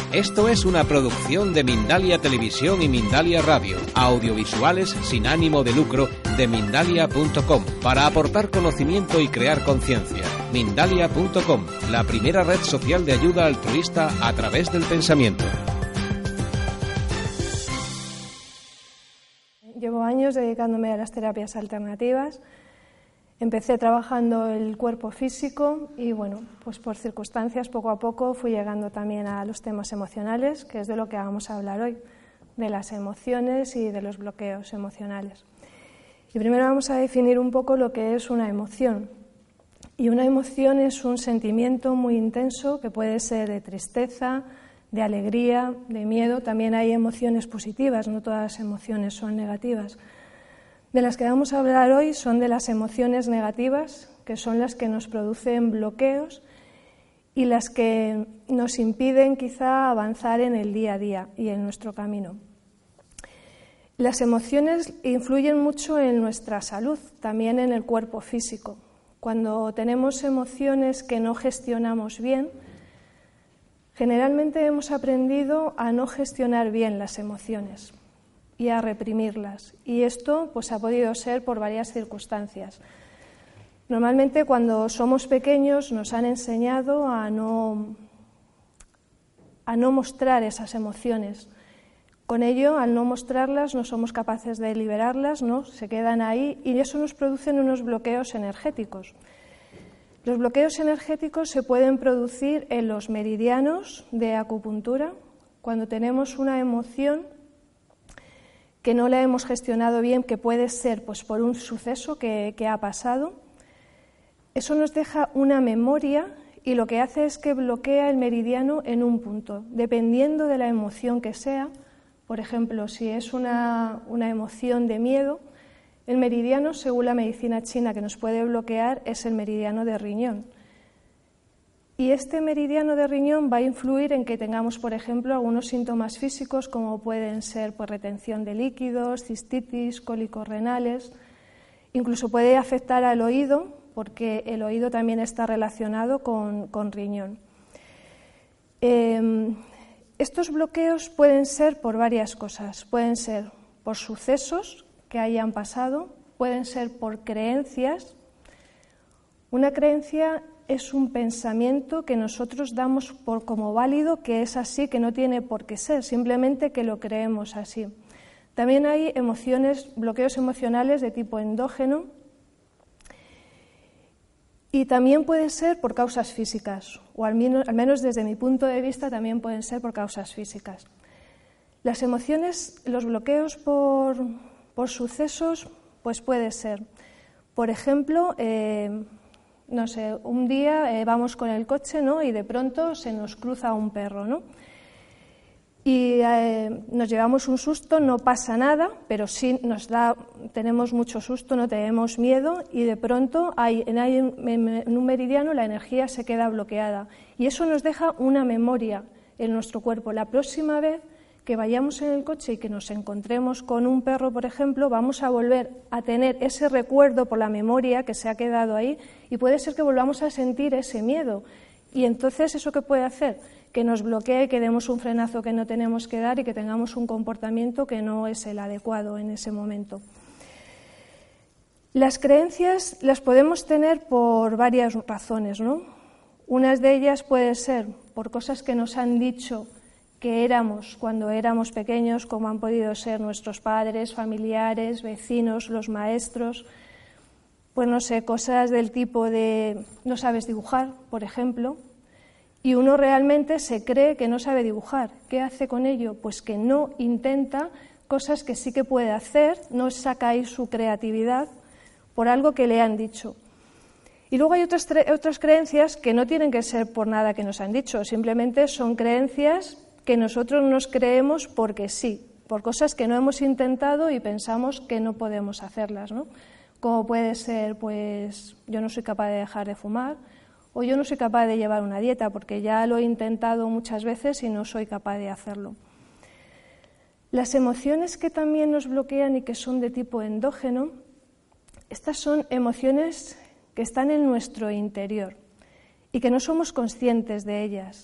Esto es una producción de Mindalia Televisión y Mindalia Radio, audiovisuales sin ánimo de lucro de Mindalia.com, para aportar conocimiento y crear conciencia. Mindalia.com, la primera red social de ayuda altruista a través del pensamiento. Llevo años dedicándome a las terapias alternativas. Empecé trabajando el cuerpo físico y, bueno, pues por circunstancias poco a poco fui llegando también a los temas emocionales, que es de lo que vamos a hablar hoy, de las emociones y de los bloqueos emocionales. Y primero vamos a definir un poco lo que es una emoción. Y una emoción es un sentimiento muy intenso que puede ser de tristeza, de alegría, de miedo. También hay emociones positivas, no todas las emociones son negativas. De las que vamos a hablar hoy son de las emociones negativas, que son las que nos producen bloqueos y las que nos impiden quizá avanzar en el día a día y en nuestro camino. Las emociones influyen mucho en nuestra salud, también en el cuerpo físico. Cuando tenemos emociones que no gestionamos bien, generalmente hemos aprendido a no gestionar bien las emociones y a reprimirlas. Y esto pues ha podido ser por varias circunstancias. Normalmente cuando somos pequeños nos han enseñado a no mostrar esas emociones. Con ello, al no mostrarlas, no somos capaces de liberarlas, ¿no? Se quedan ahí y eso nos produce unos bloqueos energéticos. Los bloqueos energéticos se pueden producir en los meridianos de acupuntura, cuando tenemos una emoción que no la hemos gestionado bien, que puede ser pues, por un suceso que ha pasado. Eso nos deja una memoria y lo que hace es que bloquea el meridiano en un punto, dependiendo de la emoción que sea. Por ejemplo, si es una emoción de miedo, el meridiano, según la medicina china, que nos puede bloquear es el meridiano de riñón. Y este meridiano de riñón va a influir en que tengamos, por ejemplo, algunos síntomas físicos como pueden ser pues, retención de líquidos, cistitis, cólicos renales. Incluso puede afectar al oído, porque el oído también está relacionado con riñón. Estos bloqueos pueden ser por varias cosas. Pueden ser por sucesos que hayan pasado, pueden ser por creencias. Una creencia es un pensamiento que nosotros damos por como válido, que es así, que no tiene por qué ser, simplemente que lo creemos así. También hay bloqueos emocionales de tipo endógeno y también pueden ser por causas físicas, o al menos desde mi punto de vista también pueden ser por causas físicas. Las emociones, los bloqueos por sucesos, pues puede ser, por ejemplo, no sé, un día vamos con el coche, ¿no? Y de pronto se nos cruza un perro, ¿no? Y nos llevamos un susto, no pasa nada, pero sí tenemos mucho susto, no tenemos miedo y de pronto en un meridiano la energía se queda bloqueada y eso nos deja una memoria en nuestro cuerpo. La próxima vez que vayamos en el coche y que nos encontremos con un perro, por ejemplo, vamos a volver a tener ese recuerdo por la memoria que se ha quedado ahí y puede ser que volvamos a sentir ese miedo. Y entonces, ¿eso qué puede hacer? Que nos bloquee, que demos un frenazo que no tenemos que dar y que tengamos un comportamiento que no es el adecuado en ese momento. Las creencias las podemos tener por varias razones, ¿no? Unas de ellas puede ser por cosas que nos han dicho que éramos cuando éramos pequeños, como han podido ser nuestros padres, familiares, vecinos, los maestros, pues no sé, cosas del tipo de no sabes dibujar, por ejemplo, y uno realmente se cree que no sabe dibujar. ¿Qué hace con ello? Pues que no intenta cosas que sí que puede hacer, no saca ahí su creatividad por algo que le han dicho. Y luego hay otras creencias que no tienen que ser por nada que nos han dicho, simplemente son creencias que nosotros nos creemos porque sí, por cosas que no hemos intentado y pensamos que no podemos hacerlas, ¿no? Como puede ser, pues, yo no soy capaz de dejar de fumar o yo no soy capaz de llevar una dieta porque ya lo he intentado muchas veces y no soy capaz de hacerlo. Las emociones que también nos bloquean y que son de tipo endógeno, estas son emociones que están en nuestro interior y que no somos conscientes de ellas.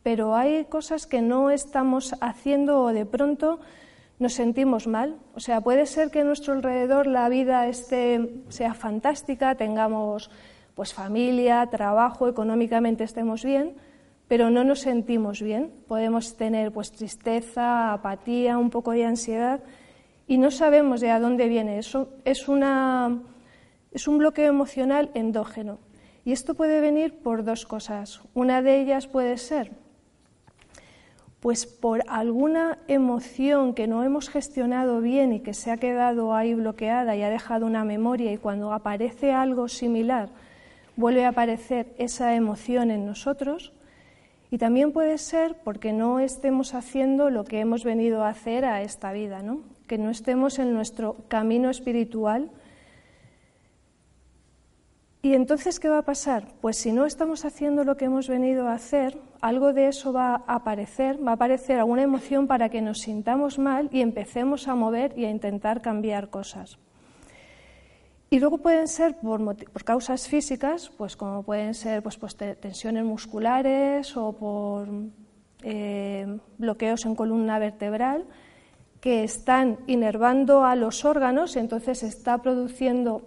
pero hay cosas que no estamos haciendo o de pronto nos sentimos mal. O sea, puede ser que a nuestro alrededor la vida sea fantástica, tengamos pues familia, trabajo, económicamente estemos bien, pero no nos sentimos bien. Podemos tener pues tristeza, apatía, un poco de ansiedad y no sabemos de a dónde viene. Eso es un bloqueo emocional endógeno. Y esto puede venir por dos cosas. Una de ellas puede ser pues por alguna emoción que no hemos gestionado bien y que se ha quedado ahí bloqueada y ha dejado una memoria, y cuando aparece algo similar vuelve a aparecer esa emoción en nosotros. Y también puede ser porque no estemos haciendo lo que hemos venido a hacer a esta vida, ¿no? Que no estemos en nuestro camino espiritual. ¿Y entonces qué va a pasar? Pues si no estamos haciendo lo que hemos venido a hacer, algo de eso va a aparecer alguna emoción para que nos sintamos mal y empecemos a mover y a intentar cambiar cosas. Y luego pueden ser por causas físicas, pues como pueden ser pues tensiones musculares o por bloqueos en columna vertebral que están inervando a los órganos, entonces se está produciendo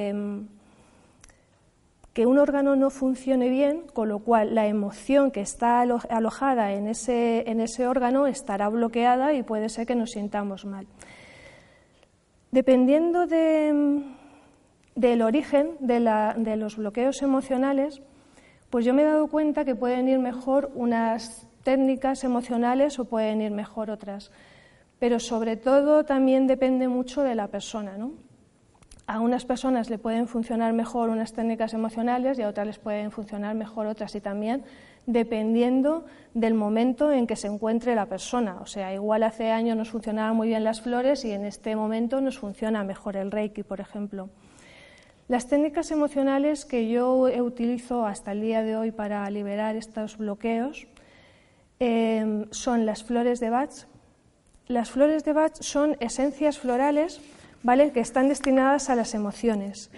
que un órgano no funcione bien, con lo cual la emoción que está alojada en ese órgano estará bloqueada y puede ser que nos sintamos mal. Dependiendo del origen de los bloqueos emocionales, pues yo me he dado cuenta que pueden ir mejor unas técnicas emocionales o pueden ir mejor otras, pero sobre todo también depende mucho de la persona, ¿no? A unas personas le pueden funcionar mejor unas técnicas emocionales y a otras les pueden funcionar mejor otras, y también dependiendo del momento en que se encuentre la persona. O sea, igual hace años nos funcionaban muy bien las flores y en este momento nos funciona mejor el Reiki, por ejemplo. Las técnicas emocionales que yo utilizo hasta el día de hoy para liberar estos bloqueos son las flores de Bach. Las flores de Bach son esencias florales, ¿vale?, que están destinadas a las emociones.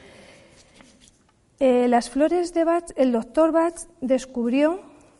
Las flores de Bach, el doctor Bach descubrió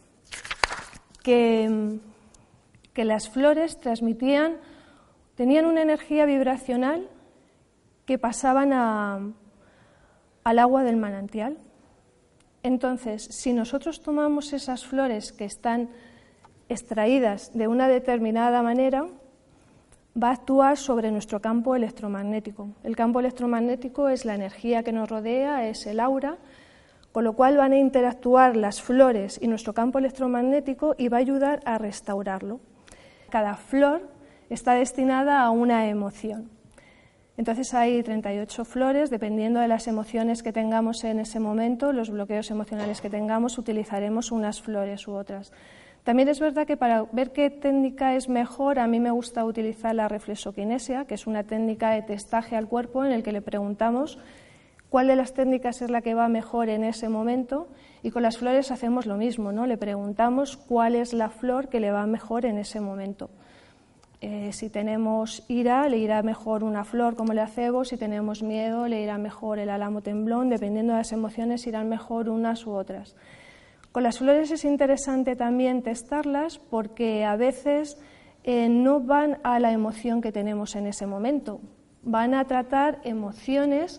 que las flores tenían una energía vibracional que pasaban al agua del manantial. Entonces, si nosotros tomamos esas flores que están extraídas de una determinada manera, va a actuar sobre nuestro campo electromagnético. El campo electromagnético es la energía que nos rodea, es el aura, con lo cual van a interactuar las flores y nuestro campo electromagnético y va a ayudar a restaurarlo. Cada flor está destinada a una emoción. Entonces hay 38 flores, dependiendo de las emociones que tengamos en ese momento, los bloqueos emocionales que tengamos, utilizaremos unas flores u otras. También es verdad que para ver qué técnica es mejor, a mí me gusta utilizar la reflexoquinesia, que es una técnica de testaje al cuerpo en el que le preguntamos cuál de las técnicas es la que va mejor en ese momento, y con las flores hacemos lo mismo, ¿no? Le preguntamos cuál es la flor que le va mejor en ese momento. Si tenemos ira, le irá mejor una flor como el acebo; si tenemos miedo, le irá mejor el álamo temblón; dependiendo de las emociones, irán mejor unas u otras. Con las flores es interesante también testarlas porque a veces no van a la emoción que tenemos en ese momento, van a tratar emociones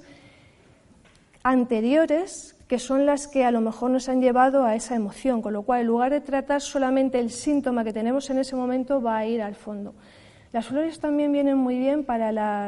anteriores que son las que a lo mejor nos han llevado a esa emoción, con lo cual en lugar de tratar solamente el síntoma que tenemos en ese momento, va a ir al fondo. Las flores también vienen muy bien para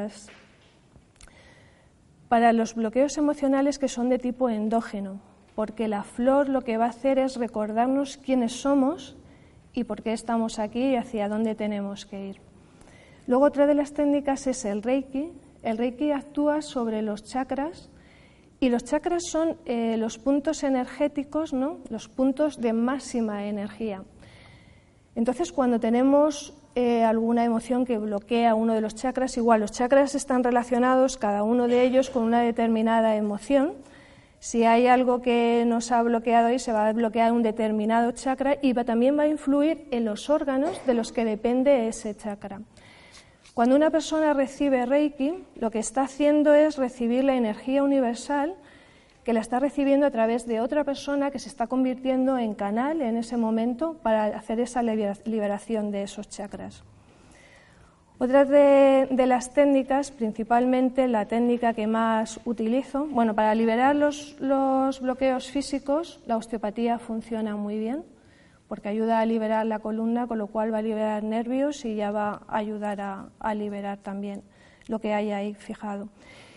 los bloqueos emocionales que son de tipo endógeno, porque la flor lo que va a hacer es recordarnos quiénes somos y por qué estamos aquí y hacia dónde tenemos que ir. Luego otra de las técnicas es el Reiki. El Reiki actúa sobre los chakras, y los chakras son los puntos energéticos, ¿no?, los puntos de máxima energía. Entonces, cuando tenemos alguna emoción que bloquea uno de los chakras, igual los chakras están relacionados, cada uno de ellos, con una determinada emoción. Si hay algo que nos ha bloqueado ahí, se va a bloquear un determinado chakra y también va a influir en los órganos de los que depende ese chakra. Cuando una persona recibe Reiki, lo que está haciendo es recibir la energía universal que la está recibiendo a través de otra persona que se está convirtiendo en canal en ese momento para hacer esa liberación de esos chakras. Otra de las técnicas, principalmente la técnica que más utilizo, bueno, para liberar los bloqueos físicos, la osteopatía funciona muy bien, porque ayuda a liberar la columna, con lo cual va a liberar nervios y ya va a ayudar a liberar también lo que hay ahí fijado.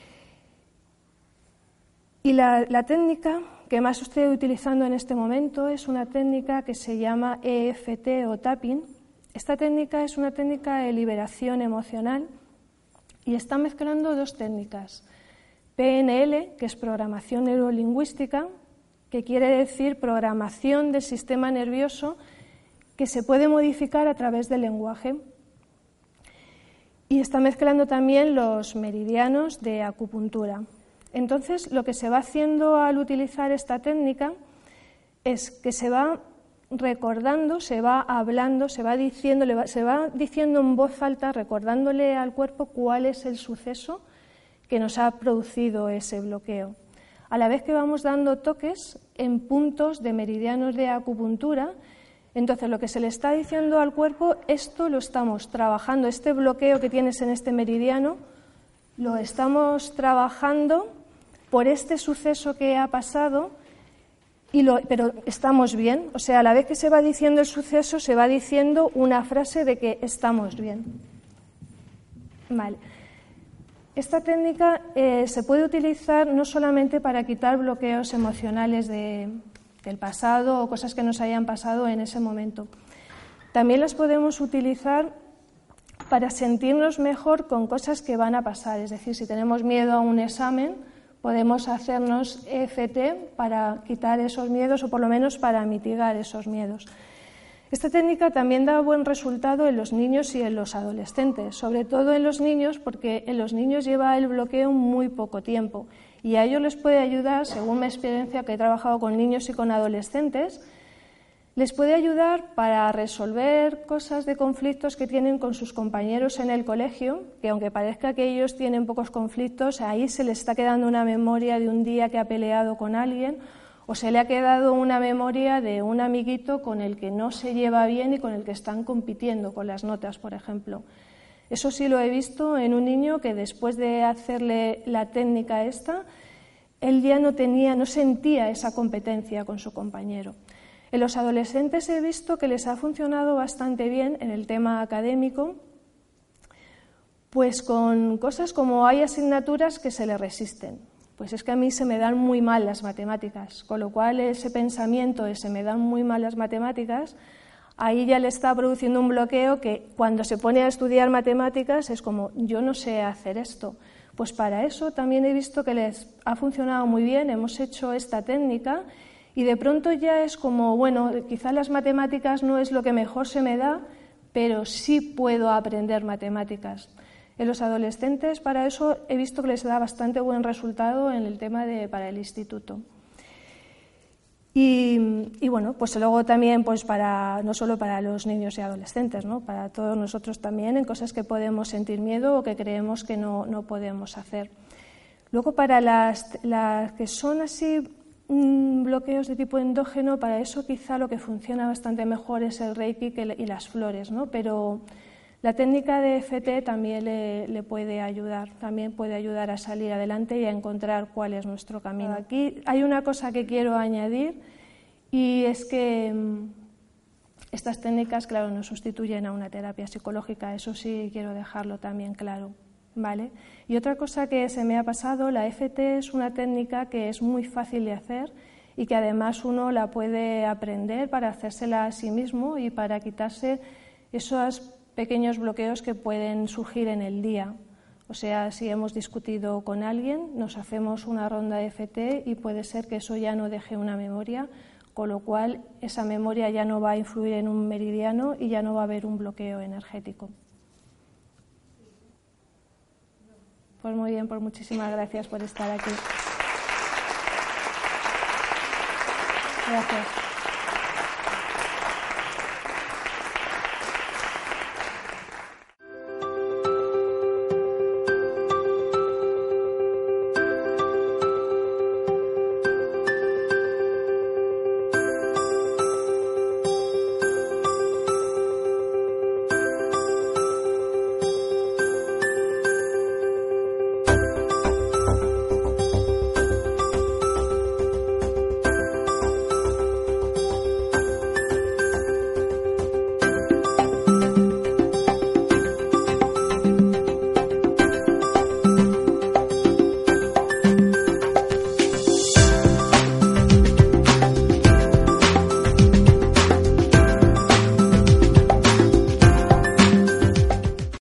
Y la técnica que más estoy utilizando en este momento es una técnica que se llama EFT o tapping. Esta técnica es una técnica de liberación emocional y está mezclando dos técnicas. PNL, que es programación neurolingüística, que quiere decir programación del sistema nervioso que se puede modificar a través del lenguaje. Y está mezclando también los meridianos de acupuntura. Entonces, lo que se va haciendo al utilizar esta técnica es que se va recordando, se va hablando, se va diciendo en voz alta, recordándole al cuerpo cuál es el suceso que nos ha producido ese bloqueo. A la vez que vamos dando toques en puntos de meridianos de acupuntura, entonces lo que se le está diciendo al cuerpo, esto lo estamos trabajando, este bloqueo que tienes en este meridiano, lo estamos trabajando por este suceso que ha pasado, pero estamos bien. O sea, a la vez que se va diciendo el suceso, se va diciendo una frase de que estamos bien. Vale. Esta técnica se puede utilizar no solamente para quitar bloqueos emocionales del pasado o cosas que nos hayan pasado en ese momento. También las podemos utilizar para sentirnos mejor con cosas que van a pasar. Es decir, si tenemos miedo a un examen, podemos hacernos EFT para quitar esos miedos o por lo menos para mitigar esos miedos. Esta técnica también da buen resultado en los niños y en los adolescentes, sobre todo en los niños, porque en los niños lleva el bloqueo muy poco tiempo y a ellos les puede ayudar, según mi experiencia que he trabajado con niños y con adolescentes, les puede ayudar para resolver cosas de conflictos que tienen con sus compañeros en el colegio, que aunque parezca que ellos tienen pocos conflictos, ahí se les está quedando una memoria de un día que ha peleado con alguien o se le ha quedado una memoria de un amiguito con el que no se lleva bien y con el que están compitiendo con las notas, por ejemplo. Eso sí lo he visto en un niño que después de hacerle la técnica esta, él ya no sentía esa competencia con su compañero. En los adolescentes he visto que les ha funcionado bastante bien en el tema académico, pues con cosas como hay asignaturas que se le resisten. Pues es que a mí se me dan muy mal las matemáticas, con lo cual ese pensamiento de se me dan muy mal las matemáticas, ahí ya le está produciendo un bloqueo que cuando se pone a estudiar matemáticas es como, yo no sé hacer esto. Pues para eso también he visto que les ha funcionado muy bien, hemos hecho esta técnica y de pronto ya es como, bueno, quizás las matemáticas no es lo que mejor se me da, pero sí puedo aprender matemáticas. En los adolescentes para eso he visto que les da bastante buen resultado en el tema para el instituto. Y bueno, pues luego también pues no solo para los niños y adolescentes, ¿no? Para todos nosotros también en cosas que podemos sentir miedo o que creemos que no podemos hacer. Luego para las que son así bloqueos de tipo endógeno, para eso quizá lo que funciona bastante mejor es el Reiki y las flores, ¿no? Pero la técnica de EFT también le puede ayudar, también puede ayudar a salir adelante y a encontrar cuál es nuestro camino. Aquí hay una cosa que quiero añadir y es que estas técnicas, claro, no sustituyen a una terapia psicológica, eso sí quiero dejarlo también claro, ¿vale? Y otra cosa que se me ha pasado, la EFT es una técnica que es muy fácil de hacer y que además uno la puede aprender para hacérsela a sí mismo y para quitarse esos pequeños bloqueos que pueden surgir en el día. O sea, si hemos discutido con alguien, nos hacemos una ronda de EFT y puede ser que eso ya no deje una memoria, con lo cual esa memoria ya no va a influir en un meridiano y ya no va a haber un bloqueo energético. Pues muy bien, pues muchísimas gracias por estar aquí. Gracias.